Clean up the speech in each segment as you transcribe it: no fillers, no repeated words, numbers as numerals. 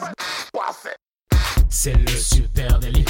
C'est le super délit.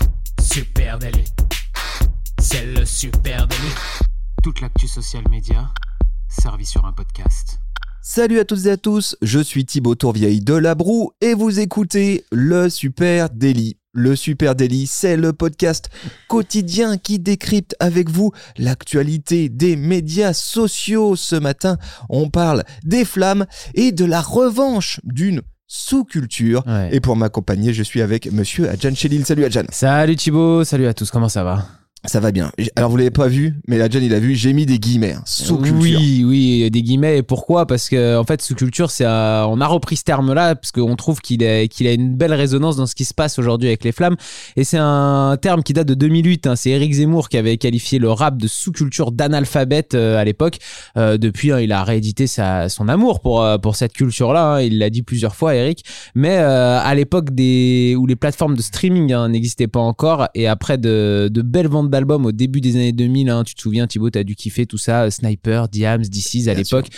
Super délit. C'est le super délit. Toute l'actu social média servie sur un podcast. Salut à toutes et à tous, je suis Thibaut Tourvieille de La Broue et vous écoutez le Super Délit. Le Super Délit, c'est le podcast quotidien qui décrypte avec vous l'actualité des médias sociaux. Ce matin, on parle des flammes et de la revanche d'une sous-culture. Ouais. Et pour m'accompagner, je suis avec monsieur Adjan Chélil. Salut Adjan. Salut Thibaut, salut à tous, comment ça va ? Ça va bien. Alors vous l'avez pas vu, mais Adjan il a vu, j'ai mis des guillemets, sous-culture. Oui, des guillemets. Et pourquoi ? Parce que en fait, sous-culture, on a repris ce terme-là parce qu'on trouve qu'il a une belle résonance dans ce qui se passe aujourd'hui avec les flammes. Et c'est un terme qui date de 2008. C'est Éric Zemmour qui avait qualifié le rap de sous-culture d'analphabète à l'époque. Depuis, il a réédité son amour pour cette culture-là. Il l'a dit plusieurs fois, Éric. Mais à l'époque où les plateformes de streaming n'existaient pas encore, et après de belles ventes d'albums au début des années 2000, tu te souviens Thibaut, t'as dû kiffer tout ça, Sniper, Diams, DC's à l'époque,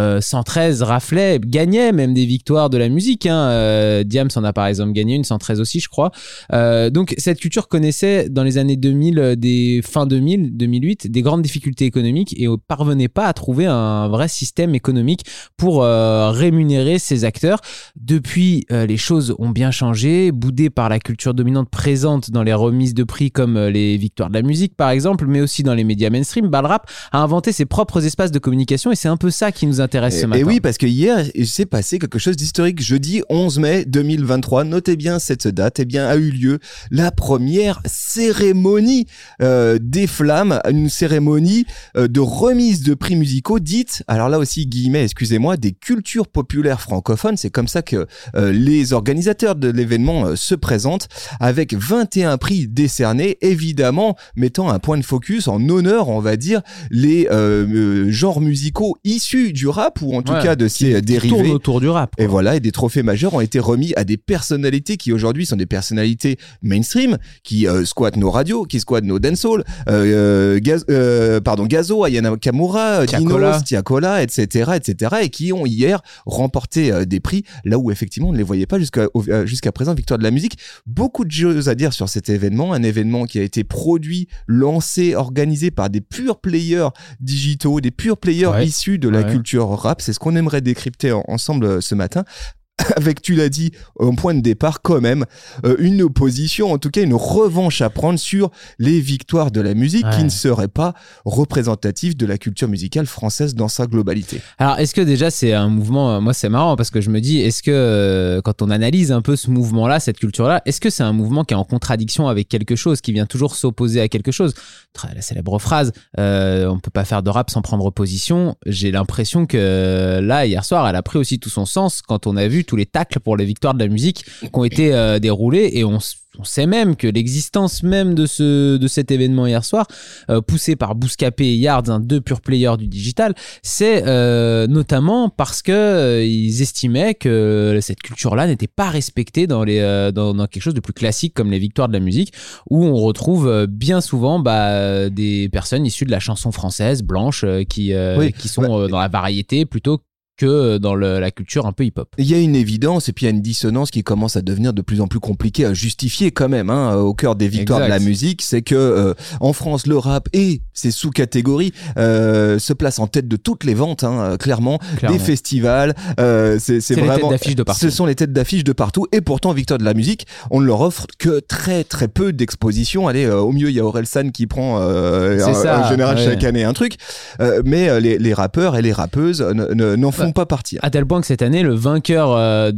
113 raflait, gagnait même des victoires de la musique, Diams en a par exemple gagné une, 113 aussi je crois, donc cette culture connaissait dans les années 2000, fin 2000, 2008, des grandes difficultés économiques et parvenait pas à trouver un vrai système économique pour rémunérer ses acteurs. Depuis, les choses ont bien changé, boudées par la culture dominante présente dans les remises de prix comme les victoires de la musique par exemple, mais aussi dans les médias mainstream. Le rap a inventé ses propres espaces de communication et c'est un peu ça qui nous intéresse ce matin. Et oui, parce que hier, il s'est passé quelque chose d'historique. Jeudi 11 mai 2023, notez bien cette date, a eu lieu la première cérémonie des flammes, une cérémonie de remise de prix musicaux dite, alors là aussi guillemets, excusez-moi, des cultures populaires francophones. C'est comme ça que les organisateurs de l'événement se présentent, avec 21 prix décernés, évidemment mettant un point de focus en honneur, on va dire, les genres musicaux issus du rap, ou en tout cas de ses dérivés. Qui tournent autour du rap. Et voilà, et des trophées majeurs ont été remis à des personnalités qui aujourd'hui sont des personnalités mainstream, qui squattent nos radios, qui squattent nos dancehall, Gazo, Ayana Kamura, Dinos, Tiakola, etc., et qui ont hier remporté des prix, là où effectivement on ne les voyait pas jusqu'à présent. Victoire de la musique. Beaucoup de choses à dire sur cet événement, un événement qui a été produit, lancé, organisé par des purs players digitaux, des purs players issus de la culture rap. C'est ce qu'on aimerait décrypter ensemble ce matin. Avec, tu l'as dit, en point de départ, quand même, une opposition, en tout cas une revanche à prendre sur les victoires de la musique qui ne seraient pas représentatives de la culture musicale française dans sa globalité. Alors, est-ce que déjà c'est un mouvement, moi c'est marrant parce que je me dis, est-ce que quand on analyse un peu ce mouvement-là, cette culture-là, est-ce que c'est un mouvement qui est en contradiction avec quelque chose, qui vient toujours s'opposer à quelque chose ? La célèbre phrase, on peut pas faire de rap sans prendre position. J'ai l'impression que là, hier soir, elle a pris aussi tout son sens quand on a vu tous les tacles pour les victoires de la musique qui ont été déroulés, et on sait même que l'existence même de cet événement hier soir, poussé par Bouscapé et Yards, deux purs players du digital, c'est notamment parce que ils estimaient que cette culture-là n'était pas respectée dans quelque chose de plus classique comme les victoires de la musique, où on retrouve bien souvent des personnes issues de la chanson française blanche qui sont dans la variété plutôt que dans la culture un peu hip-hop. Il y a une évidence et puis il y a une dissonance qui commence à devenir de plus en plus compliquée à justifier quand même, au cœur des victoires de la musique. C'est que en France, le rap et ses sous-catégories se placent en tête de toutes les ventes, clairement, des festivals. C'est vraiment, les têtes d'affiche de partout. Ce sont les têtes d'affiche de partout, et pourtant, victoire de la musique, on ne leur offre que très très peu d'expositions. Allez, au mieux, il y a Orelsan qui prend en général chaque année un truc, mais les rappeurs et les rappeuses n'en font pas partir. À tel point que cette année, le vainqueur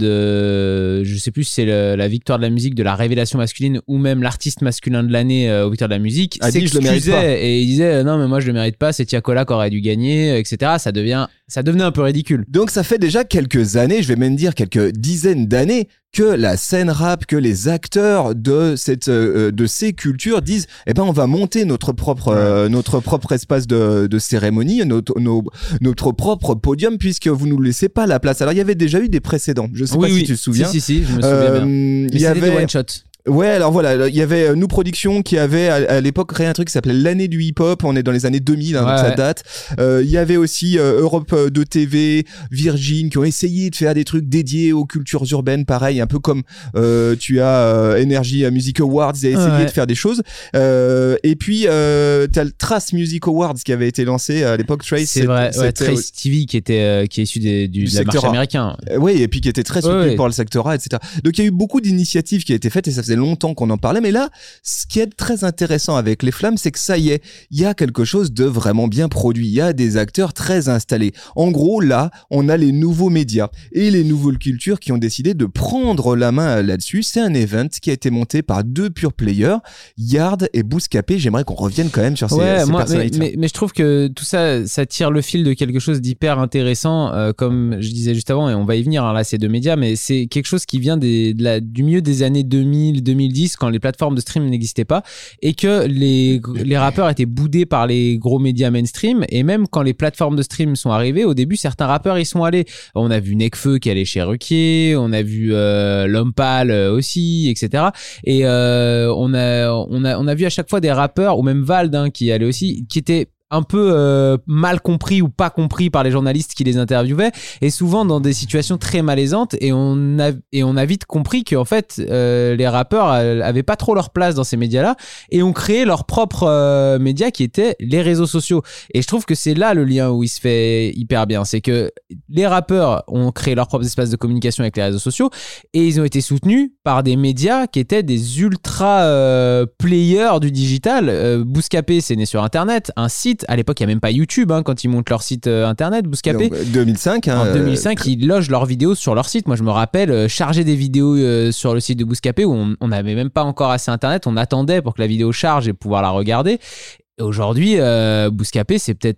je sais plus si c'est la victoire de la musique de la révélation masculine ou même l'artiste masculin de l'année aux victoires de la musique, s'excusait et il disait non mais moi je le mérite pas, c'est Tiakola qui aurait dû gagner, etc. Ça devenait un peu ridicule. Donc ça fait déjà quelques années, je vais même dire quelques dizaines d'années, que la scène rap, que les acteurs de ces cultures disent on va monter notre propre espace de cérémonie, notre propre podium, puisque vous nous laissez pas la place. Alors il y avait déjà eu des précédents, je sais pas si tu te souviens. Si, je me souviens bien. Il y avait des one shot. Ouais, alors voilà, il y avait Nous Productions qui avait à l'époque créé un truc qui s'appelait l'année du hip-hop. On est dans les années 2000, donc ça date. Il y avait aussi Europe 2 TV, Virgin qui ont essayé de faire des trucs dédiés aux cultures urbaines, pareil, un peu comme tu as Energy Music Awards, ils ont essayé de faire des choses. Et puis t'as le Trace Music Awards qui avait été lancé à l'époque. Trace, c'est vrai, Trace TV qui est issu du marché américain. Oui, et puis qui était très soutenu par le secteur A, etc. Donc il y a eu beaucoup d'initiatives qui ont été faites et ça faisait longtemps qu'on en parlait, mais là, ce qui est très intéressant avec les Flammes, c'est que ça y est, il y a quelque chose de vraiment bien produit, il y a des acteurs très installés. En gros, là, on a les nouveaux médias et les nouvelles cultures qui ont décidé de prendre la main là-dessus. C'est un event qui a été monté par 2 pure players, Yard et Bouscapé. J'aimerais qu'on revienne quand même sur ces personnalités. Mais je trouve que tout ça, ça tire le fil de quelque chose d'hyper intéressant, comme je disais juste avant, et on va y venir, hein, là, ces 2 médias, mais c'est quelque chose qui vient du milieu des années 2000-2010, quand les plateformes de stream n'existaient pas et que les rappeurs étaient boudés par les gros médias mainstream. Et même quand les plateformes de stream sont arrivées, au début, certains rappeurs y sont allés. On a vu Nekfeu qui allait chez Ruquier, on a vu L'Homme Pâle aussi, etc. Et on a vu à chaque fois des rappeurs, ou même Vald, hein, qui allait aussi, qui étaient un peu mal compris ou pas compris par les journalistes qui les interviewaient, et souvent dans des situations très malaisantes, et on a vite compris qu'en fait les rappeurs avaient pas trop leur place dans ces médias-là et ont créé leur propre média qui étaient les réseaux sociaux. Et je trouve que c'est là le lien où il se fait hyper bien, c'est que les rappeurs ont créé leur propre espace de communication avec les réseaux sociaux et ils ont été soutenus par des médias qui étaient des ultra players du digital. Bouscapé, c'est né sur internet, un site. À l'époque, il n'y a même pas YouTube, hein, quand ils montent leur site internet, Bouscapé. Donc, 2005. Hein, en 2005, ils logent leurs vidéos sur leur site. Moi, je me rappelle charger des vidéos sur le site de Bouscapé où on n'avait même pas encore assez internet. On attendait pour que la vidéo charge et pouvoir la regarder. Et aujourd'hui, Bouscapé,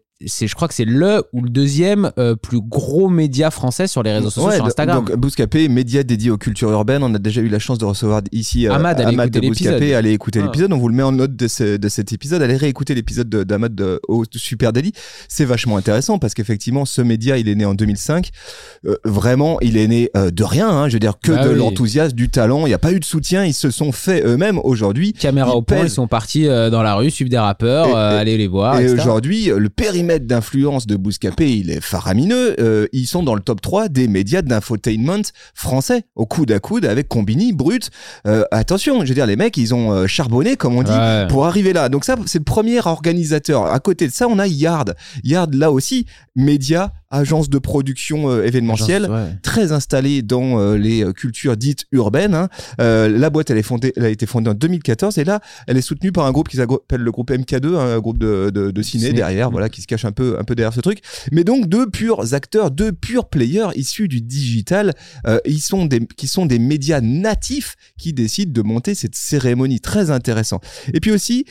je crois que c'est le ou le deuxième plus gros média français sur les réseaux sociaux, sur Instagram. Donc Bouscapé, média dédié aux cultures urbaines. On a déjà eu la chance de recevoir ici Ahmad de Bouscapé. Allez écouter l'épisode. On vous le met en note de cet épisode. Allez réécouter l'épisode d'Ahmad au Super Daily. C'est vachement intéressant parce qu'effectivement, ce média, il est né en 2005. Vraiment, il est né de rien. Hein. Je veux dire, que de l'enthousiasme, du talent. Il n'y a pas eu de soutien. Ils se sont faits eux-mêmes aujourd'hui. Caméra au point, ils sont partis dans la rue, suivre des rappeurs, aller les voir. Et etc. aujourd'hui, le périmètre d'influence de Bouscapé, il est faramineux. Ils sont dans le top 3 des médias d'infotainment français, au coude à coude avec Combini, Brut. Attention, je veux dire, les mecs, ils ont charbonné, comme on dit, pour arriver là. Donc ça, c'est le premier organisateur. À côté de ça, on a Yard. Yard, là aussi, média, agence de production événementielle, très installée dans les cultures dites urbaines. Hein. La boîte, elle a été fondée en 2014 et là, elle est soutenue par un groupe qui s'appelle le groupe MK2, un groupe de ciné derrière, voilà, qui se cache un peu derrière ce truc. Mais donc, 2 purs acteurs, 2 purs players issus du digital, qui sont des médias natifs qui décident de monter cette cérémonie. Très intéressant. Et puis aussi,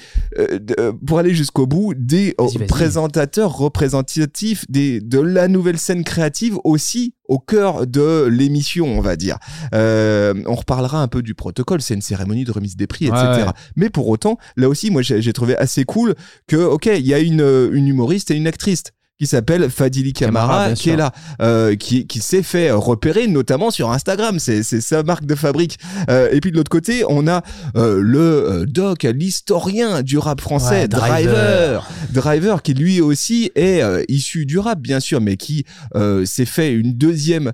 pour aller jusqu'au bout, des présentateurs représentatifs de la nouvelle scène créative aussi au cœur de l'émission, on va dire. On reparlera un peu du protocole, c'est une cérémonie de remise des prix, etc. Mais pour autant, là aussi, moi, j'ai trouvé assez cool que, ok, il y a une humoriste et une actrice qui s'appelle Fadili Camara, qui est là, qui s'est fait repérer notamment sur Instagram, c'est sa marque de fabrique. Et puis de l'autre côté, on a le doc, l'historien du rap français, Driver, qui lui aussi est issu du rap, bien sûr, mais qui s'est fait une deuxième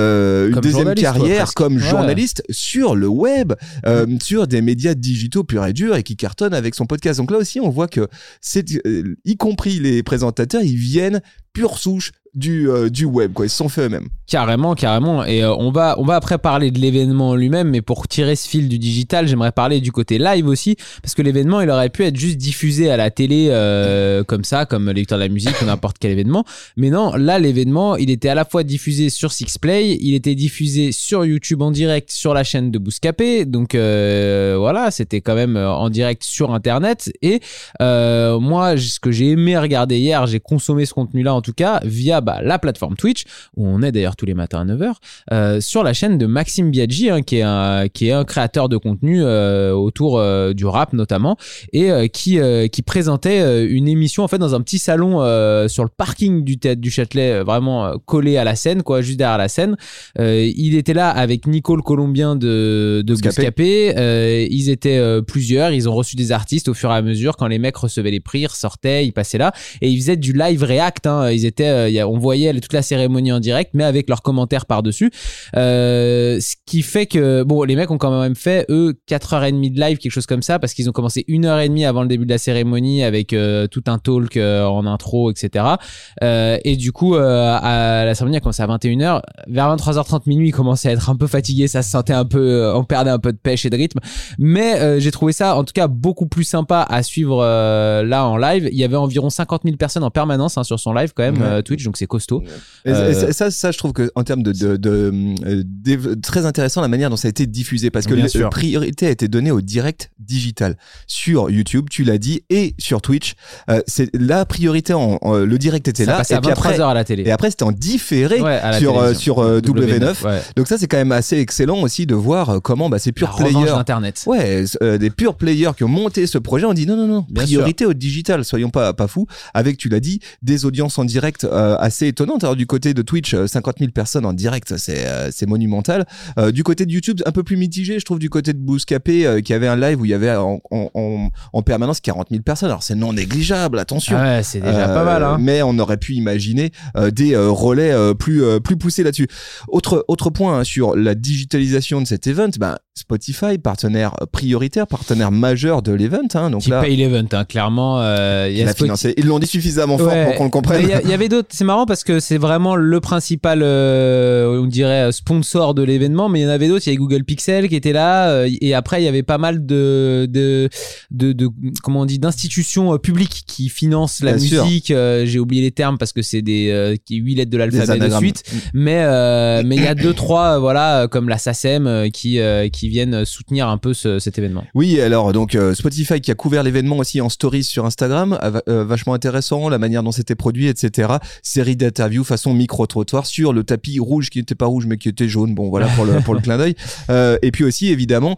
carrière comme journaliste sur le web, sur des médias digitaux purs et durs, et qui cartonne avec son podcast. Donc là aussi, on voit que y compris les présentateurs, ils viennent pure souche du web, quoi. Ils se sont fait eux-mêmes. Carrément. Et on va après parler de l'événement lui-même, mais pour tirer ce fil du digital, j'aimerais parler du côté live aussi, parce que l'événement, il aurait pu être juste diffusé à la télé comme ça, comme les Victoires de la musique ou n'importe quel événement. Mais non, là, l'événement, il était à la fois diffusé sur Sixplay, il était diffusé sur YouTube en direct sur la chaîne de Bouscapé. Donc voilà, c'était quand même en direct sur Internet. Et moi, ce que j'ai aimé regarder hier, j'ai consommé ce contenu-là en tout cas via la plateforme Twitch, où on est d'ailleurs tous les matins à 9h, sur la chaîne de Maxime Biaggi, qui est un créateur de contenu autour du rap notamment, et qui présentait une émission en fait dans un petit salon sur le parking du Théâtre du Châtelet, vraiment collé à la scène, quoi, juste derrière la scène. Il était là avec Nico le Colombien de Bouscapé. Ils étaient plusieurs, ils ont reçu des artistes au fur et à mesure. Quand les mecs recevaient les prix, ils ressortaient, ils passaient là et ils faisaient du live react. Ils étaient, on voyait toute la cérémonie en direct, mais avec leurs commentaires par-dessus. Ce qui fait que, bon, les mecs ont quand même fait, eux, 4h30 de live, quelque chose comme ça, parce qu'ils ont commencé 1h30 avant le début de la cérémonie avec tout un talk en intro, etc. Et du coup, la cérémonie a commencé à 21h. Vers 23h30 minuit, ils commençaient à être un peu fatigués, ça se sentait un peu, on perdait un peu de pêche et de rythme. Mais j'ai trouvé ça, en tout cas, beaucoup plus sympa à suivre là en live. Il y avait environ 50 000 personnes en permanence sur son live quand même, Twitch, donc c'est costaud. Et ça, je trouve que en termes de très intéressant la manière dont ça a été diffusé, parce que la priorité a été donnée au direct digital sur YouTube, tu l'as dit, et sur Twitch. C'est la priorité, le direct était là. Ça passait à 23h à la télé. Et après, c'était en différé sur W9. Ouais. Donc ça, c'est quand même assez excellent aussi de voir comment ces pure players d'Internet. Ouais, des pure players qui ont monté ce projet, on dit non, priorité au digital, soyons pas fous. Avec, tu l'as dit, des audiences en direct assez étonnantes. Alors du côté de Twitch, 50 000 personnes en direct, c'est monumental. Du côté de YouTube, un peu plus mitigé, je trouve, du côté de Bouscapé, qui avait un live où il y avait en permanence 40 000 personnes. Alors c'est non négligeable, attention. Ah ouais, c'est déjà pas mal. Mais on aurait pu imaginer des relais plus poussés là-dessus. Autre point sur la digitalisation de cet event, Spotify, partenaire prioritaire, partenaire majeur de l'event. Donc qui paye l'event, clairement. Financé. Ils l'ont dit suffisamment fort pour qu'on le comprenne. Il y avait d'autres, c'est marrant parce que c'est vraiment le principal, on dirait, sponsor de l'événement, mais il y en avait d'autres. Il y avait Google Pixel qui était là, et après il y avait pas mal de comment on dit, d'institutions publiques qui financent la musique. J'ai oublié les termes parce que c'est des 8 lettres de l'alphabet de suite, mais il y a 2-3 comme la SACEM qui viennent soutenir un peu cet événement. Oui, alors donc Spotify qui a couvert l'événement aussi en stories sur Instagram, vachement intéressant, la manière dont c'était produit, etc. Série d'interviews façon micro-trottoir sur le tapis rouge qui n'était pas rouge mais qui était jaune, bon voilà pour le clin d'œil. Et puis aussi évidemment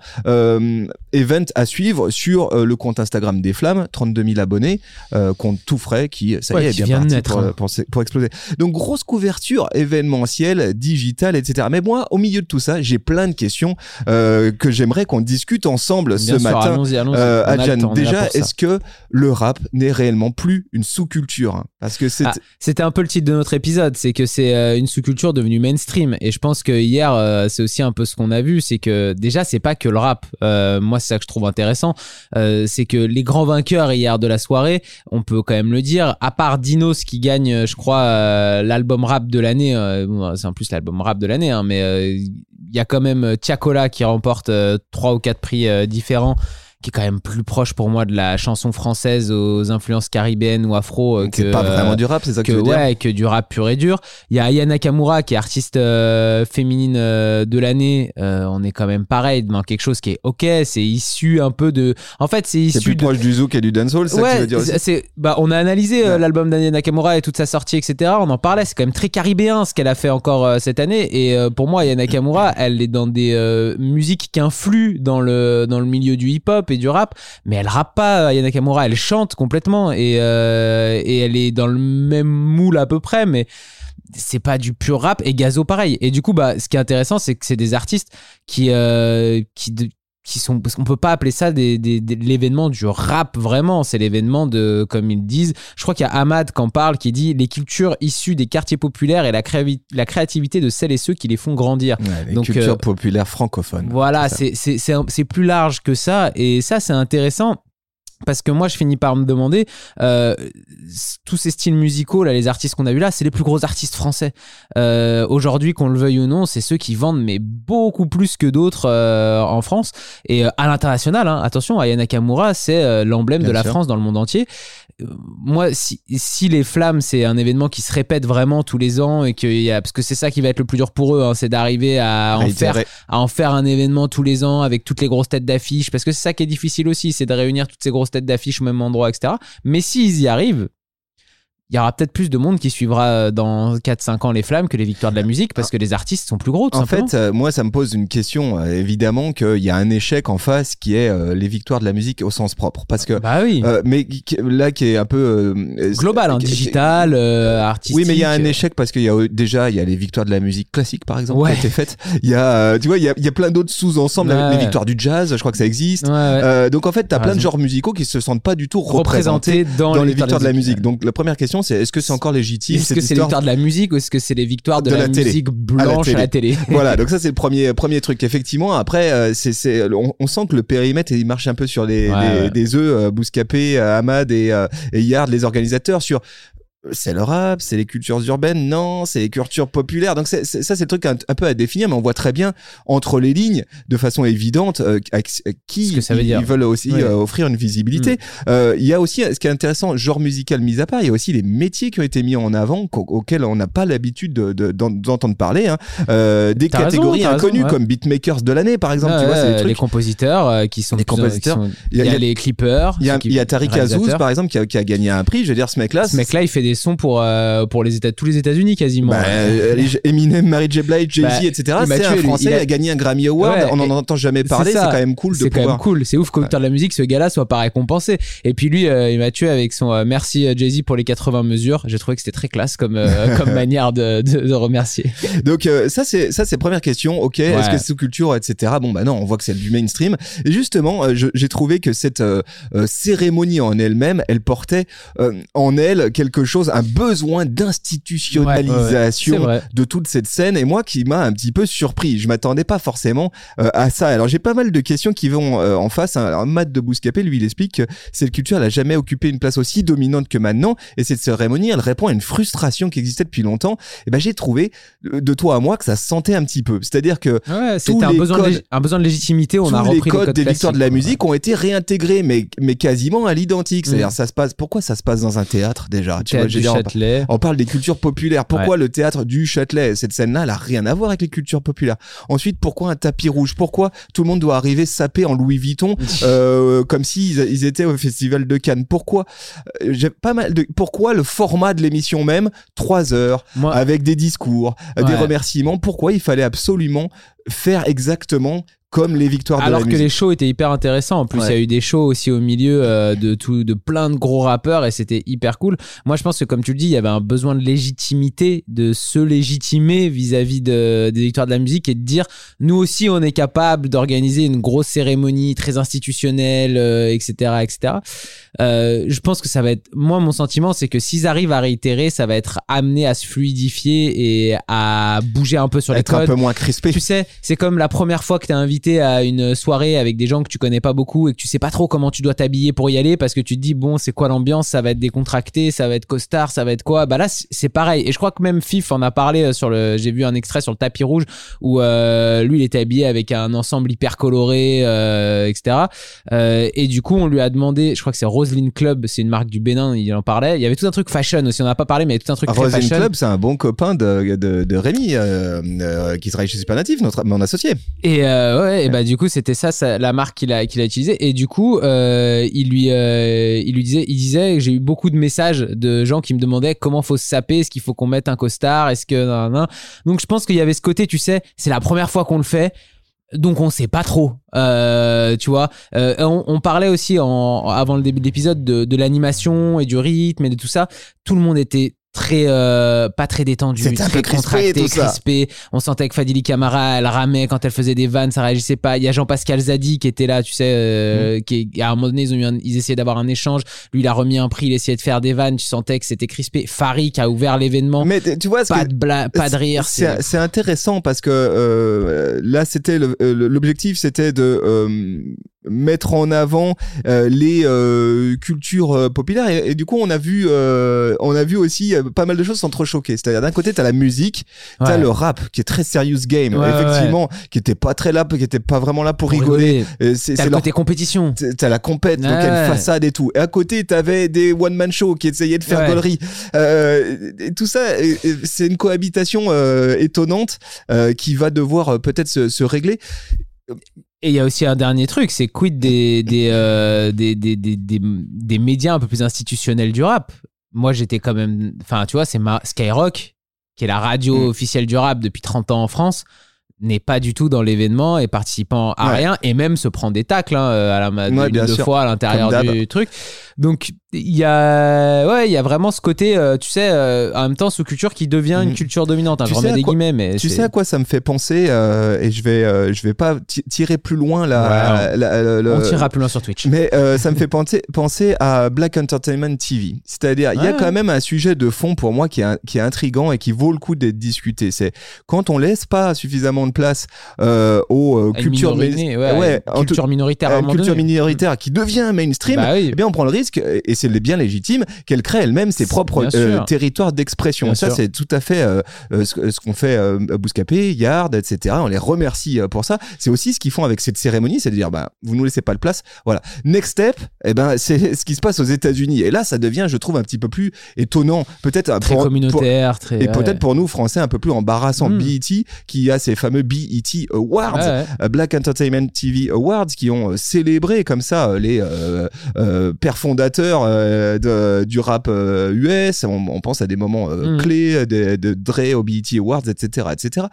event à suivre sur le compte Instagram des Flammes, 32 000 abonnés, compte tout frais qui, ça y est, bien parti pour exploser. Donc grosse couverture événementielle, digitale, etc. Mais moi, au milieu de tout ça, j'ai plein de questions que j'aimerais qu'on discute ensemble ce matin. Allons-y. Adjan, déjà, est-ce que le rap n'est réellement plus une sous-culture? Parce que c'était un peu le titre de notre épisode, c'est que c'est une sous-culture devenue mainstream. Et je pense que hier, c'est aussi un peu ce qu'on a vu, c'est que déjà, c'est pas que le rap. Moi, c'est ça que je trouve intéressant. C'est que les grands vainqueurs hier de la soirée, on peut quand même le dire, à part Dinos qui gagne, je crois, l'album rap de l'année. C'est en plus l'album rap de l'année, mais il y a quand même Tiakola qui remporte 3 ou 4 prix différents, qui est quand même plus proche pour moi de la chanson française aux influences caribéennes ou afro. C'est pas vraiment du rap, c'est ça que tu veux dire? Ouais, que du rap pur et dur. Il y a Aya Nakamura qui est artiste féminine de l'année. On est quand même pareil dans quelque chose qui est ok. C'est issu un peu de. En fait, c'est issu. C'est plus proche du zouk et du dancehall, c'est ça que tu veux dire aussi? On a analysé l'album d'Aya Nakamura et toute sa sortie, etc. On en parlait. C'est quand même très caribéen ce qu'elle a fait encore cette année. Et pour moi, Aya Nakamura, elle est dans des musiques qui influent dans le milieu du hip-hop et du rap, mais elle rappe pas. Aya Nakamura, elle chante complètement et elle est dans le même moule à peu près, mais c'est pas du pur rap. Et Gazo pareil. Et du coup, ce qui est intéressant, c'est que c'est des artistes qui sont, parce qu'on peut pas appeler ça l'événement du rap vraiment, c'est l'événement de, comme ils disent, je crois qu'il y a Ahmad qui en parle, qui dit les cultures issues des quartiers populaires et la créativité de celles et ceux qui les font grandir. Ouais, les cultures populaires francophones. Voilà, c'est plus large que ça, et ça c'est intéressant. Parce que moi, je finis par me demander, tous ces styles musicaux, là, les artistes qu'on a eu là, c'est les plus gros artistes français. Aujourd'hui, qu'on le veuille ou non, c'est ceux qui vendent, mais beaucoup plus que d'autres en France. Et à l'international, attention, Aya Nakamura, c'est l'emblème de la France dans le monde entier. Moi, si les Flammes, c'est un événement qui se répète vraiment tous les ans, et parce que c'est ça qui va être le plus dur pour eux, c'est d'arriver à en faire un événement tous les ans avec toutes les grosses têtes d'affiche, parce que c'est ça qui est difficile aussi, c'est de réunir toutes ces grosses têtes d'affiche au même endroit, etc. Mais s'ils y arrivent, il y aura peut-être plus de monde qui suivra dans 4-5 ans les Flammes que les victoires de la musique parce que les artistes sont plus gros, tout simplement. En fait, moi, ça me pose une question. Évidemment qu'il y a un échec en face qui est les victoires de la musique au sens propre. Parce que, bah oui. Mais là, qui est un peu... global, digital, artistique. Oui, mais il y a un échec parce qu'il y a les victoires de la musique classique, par exemple, qui ont été faites. Il y a, tu vois, il y a plein d'autres sous-ensembles. Les victoires du jazz, je crois que ça existe. Donc, en fait, t'as plein de genres musicaux qui se sentent pas du tout représentés dans les victoires de la musique. Donc, la première question, c'est est-ce que c'est encore légitime? Est-ce que c'est les victoires de la musique ou est-ce que c'est les victoires de la musique blanche à la télé? Voilà, donc ça c'est le premier truc. Effectivement, après, on sent que le périmètre il marche un peu sur des œufs. Bouscapé, Ahmad et Yard, les organisateurs, sur c'est le rap, c'est les cultures urbaines, non, c'est les cultures populaires. Donc ça c'est le truc un peu à définir, mais on voit très bien entre les lignes, de façon évidente, qui ils veulent aussi offrir une visibilité. Il y a aussi, ce qui est intéressant, genre musical mis à part, il y a aussi les métiers qui ont été mis en avant, auxquels on n'a pas l'habitude d'entendre parler. Des catégories inconnues comme beatmakers de l'année, par exemple. Tu vois, c'est des trucs. Les compositeurs qui sont. Il y a les clippers. Il y a Tariq Azouz, par exemple, qui a gagné un prix. Je veux dire, ce mec-là, il fait des sons pour tous les États-Unis quasiment. Eminem, Mary J. Blige, Jay-Z, etc. C'est un Français, il a gagné un Grammy Award. On n'en entend jamais parler. C'est quand même cool de pouvoir. C'est quand même cool. C'est ouf qu'au victoire de la musique, ce gars-là soit pas récompensé. Et puis lui, il m'a tué avec son merci Jay-Z pour les 80 mesures. J'ai trouvé que c'était très classe comme manière de remercier. Donc ça c'est première question. Ok, est-ce que c'est sous-culture, etc. Bon bah non, on voit que c'est du mainstream. Et justement, j'ai trouvé que cette cérémonie en elle-même, elle portait en elle quelque chose, un besoin d'institutionnalisation de toute cette scène, et moi qui m'a un petit peu surpris. Je m'attendais pas forcément à ça. Alors j'ai pas mal de questions qui vont en face. Alors Matt de Bouscapé, lui, il explique que cette culture n'a jamais occupé une place aussi dominante que maintenant, et cette cérémonie, elle répond à une frustration qui existait depuis longtemps. Et ben j'ai trouvé de toi à moi que ça se sentait un petit peu. C'est-à-dire que c'était un besoin de légitimité. On a repris les codes des victoires de la musique ont été réintégrés, mais quasiment à l'identique. C'est-à-dire pourquoi ça se passe dans un théâtre déjà? Tu vois, on parle des cultures populaires. Pourquoi le théâtre du Châtelet? Cette scène-là, elle a rien à voir avec les cultures populaires. Ensuite, pourquoi un tapis rouge? Pourquoi tout le monde doit arriver sapé en Louis Vuitton, comme s'ils étaient au Festival de Cannes? Pourquoi pourquoi le format de l'émission même, 3 heures, avec des discours, des remerciements? Pourquoi il fallait absolument faire exactement comme les victoires de la musique? Alors que les shows étaient hyper intéressants. En plus, il y a eu des shows aussi au milieu de plein de gros rappeurs et c'était hyper cool. Moi, je pense que comme tu le dis, il y avait un besoin de légitimité, de se légitimer vis-à-vis des victoires de la musique et de dire, nous aussi, on est capable d'organiser une grosse cérémonie très institutionnelle, etc., etc. Je pense que ça va être... Moi, mon sentiment, c'est que s'ils arrivent à réitérer, ça va être amené à se fluidifier et à bouger un peu sur les codes. Être un peu moins crispé. Tu sais, c'est comme la première fois que t'es invité à une soirée avec des gens que tu connais pas beaucoup et que tu sais pas trop comment tu dois t'habiller pour y aller parce que tu te dis bon c'est quoi l'ambiance, ça va être décontracté, ça va être costard, ça va être quoi. Bah là c'est pareil et je crois que même Fif en a parlé j'ai vu un extrait sur le tapis rouge où lui il était habillé avec un ensemble hyper coloré etc. Et du coup on lui a demandé, je crois que c'est Roselyne Club, c'est une marque du Bénin, il en parlait, il y avait tout un truc fashion aussi, on en a pas parlé mais il y avait tout un truc très fashion. Roselyne Club c'est un bon copain de Rémi qui travaille chez Supernatif, mon associé. Et bah du coup c'était ça la marque qu'il a utilisée et du coup il disait j'ai eu beaucoup de messages de gens qui me demandaient comment faut se saper, est-ce qu'il faut qu'on mette un costard, est-ce que donc je pense qu'il y avait ce côté, tu sais, c'est la première fois qu'on le fait. Donc on sait pas trop, tu vois. On parlait aussi avant le début de l'épisode de l'animation et du rythme et de tout ça. Tout le monde était pas très détendu, très contracté, crispé. On sentait que Fadili Camara, elle ramait quand elle faisait des vannes, ça réagissait pas. Il y a Jean-Pascal Zadi qui était là, tu sais, qui à un moment donné ils essayaient d'avoir un échange. Lui il a remis un prix, il essayait de faire des vannes, tu sentais que c'était crispé. Farid qui a ouvert l'événement. Mais tu vois, pas de rire. C'est intéressant parce que là c'était l'objectif, c'était de mettre en avant les cultures populaires et du coup on a vu aussi pas mal de choses s'entrechoquer. C'est-à-dire d'un côté t'as la musique, t'as le rap qui est très serious game, effectivement, qui était pas très là, qui était pas vraiment là pour rigoler. T'as le côté compétition. T'as la compète, donc il y a une façade et tout. Et à côté t'avais des one man show qui essayaient de faire gaulerie. Et tout ça, c'est une cohabitation étonnante qui va devoir peut-être se régler. Et il y a aussi un dernier truc, c'est quid des médias un peu plus institutionnels du rap. moi j'étais quand même, enfin tu vois, c'est Skyrock, qui est la radio officielle du rap depuis 30 ans en France, n'est pas du tout dans l'événement et participant à rien, et même se prend des tacles à la deux fois à l'intérieur du truc. Donc il y a vraiment ce côté, tu sais, en même temps sous-culture qui devient une culture dominante. Je remets des guillemets, mais tu sais à quoi ça me fait penser, et je vais pas tirer plus loin là. On tirera plus loin sur Twitch. Mais ça me fait penser à Black Entertainment TV. C'est-à-dire, il y a quand même un sujet de fond pour moi qui est intriguant et qui vaut le coup d'être discuté. C'est quand on laisse pas suffisamment de place aux cultures minoritaires qui devient mainstream. Eh bien, on prend le risque, et c'est bien légitime, qu'elle crée elle-même ses propres territoires d'expression. Ça, c'est tout à fait ce qu'on fait Bouscapé, Yard, etc. On les remercie pour ça. C'est aussi ce qu'ils font avec cette cérémonie, c'est de dire, vous nous laissez pas de place. Voilà. Next step, c'est ce qui se passe aux États-Unis. Et là, ça devient, je trouve, un petit peu plus étonnant. Peut-être très communautaire, peut-être pour nous, Français, un peu plus embarrassant. BET, qui a ces fameux BET Awards, Black Entertainment TV Awards, qui ont célébré comme ça les pères fondateurs du rap US. On pense à des moments clés de Dre au BET Awards, etc.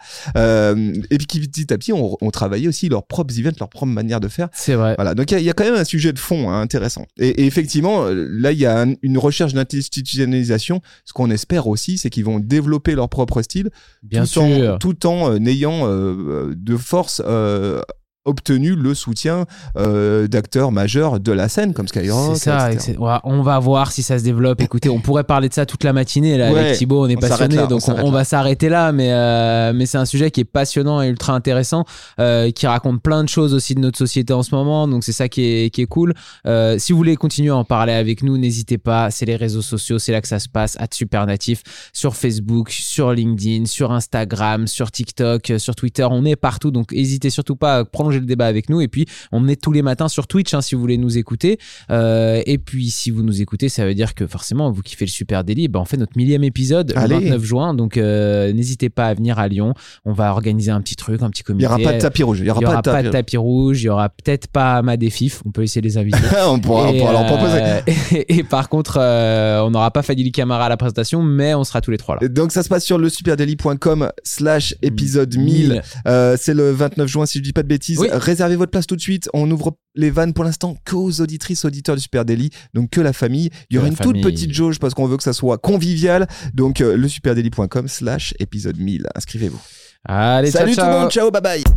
Et puis qui petit à petit ont travaillé aussi leurs propres events, leur propre manière de faire. C'est vrai. Voilà. Donc il y a quand même un sujet de fond intéressant. Et effectivement, là il y a une recherche d'institutionnalisation. Ce qu'on espère aussi, c'est qu'ils vont développer leur propre style, tout en ayant de force obtenu le soutien d'acteurs majeurs de la scène comme Skyrock. C'est ça, on va voir si ça se développe. Écoutez, on pourrait parler de ça toute la matinée là, avec Thibaut, on est passionné, donc on va s'arrêter là, mais c'est un sujet qui est passionnant et ultra intéressant, qui raconte plein de choses aussi de notre société en ce moment, donc c'est ça qui est cool. Si vous voulez continuer à en parler avec nous, n'hésitez pas, c'est les réseaux sociaux, c'est là que ça se passe, @supernatif, sur Facebook, sur LinkedIn, sur Instagram, sur TikTok, sur Twitter, on est partout, donc n'hésitez surtout pas à prolonger le débat avec nous. Et puis on est tous les matins sur Twitch si vous voulez nous écouter, et puis si vous nous écoutez, ça veut dire que forcément vous kiffez le Super Daily. On fait notre 1000e épisode le 29 juin, donc n'hésitez pas à venir à Lyon, on va organiser un petit truc, un petit comité. Il n'y aura pas de tapis rouge, il y aura pas de tapis rouge, il y aura peut-être pas Ahmad et Fif, on peut essayer de les inviter. on pourra leur proposer. Et par contre on n'aura pas Fadili Camara à la présentation, mais on sera tous les trois là. Donc ça se passe sur le superdaily.com/épisode 1000. C'est le 29 juin si je dis pas de bêtises. Réservez votre place tout de suite. On ouvre les vannes pour l'instant qu'aux auditrices, auditeurs du Super Daily, donc que la famille. Il y aura une toute petite jauge parce qu'on veut que ça soit convivial. Donc le superdaily.com/épisode 1000. Inscrivez-vous. Allez, salut ciao, tout le monde, ciao, bye bye.